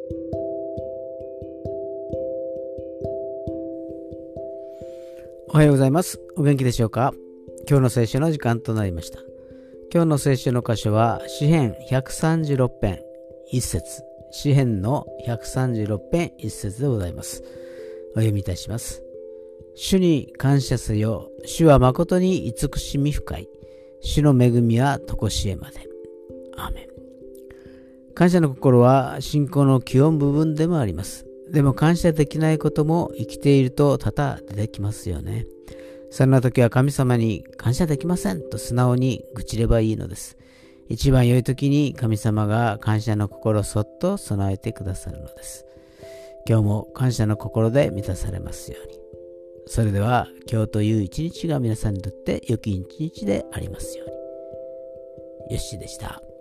おはようございます。お元気でしょうか。今日の聖書の時間となりました。今日の聖書の箇所は詩編136編1節、詩編の136編1節でございます。お読みいたします。主に感謝せよ。主は誠に慈しみ深い。主の恵みは常しえまで。アーメン。感謝の心は信仰の基本部分でもあります。でも感謝できないことも生きていると多々出てきますよね。そんな時は神様に感謝できませんと素直に愚痴ればいいのです。一番良い時に神様が感謝の心をそっと備えてくださるのです。今日も感謝の心で満たされますように。それでは今日という一日が皆さんにとって良き一日でありますように。よっしーでした。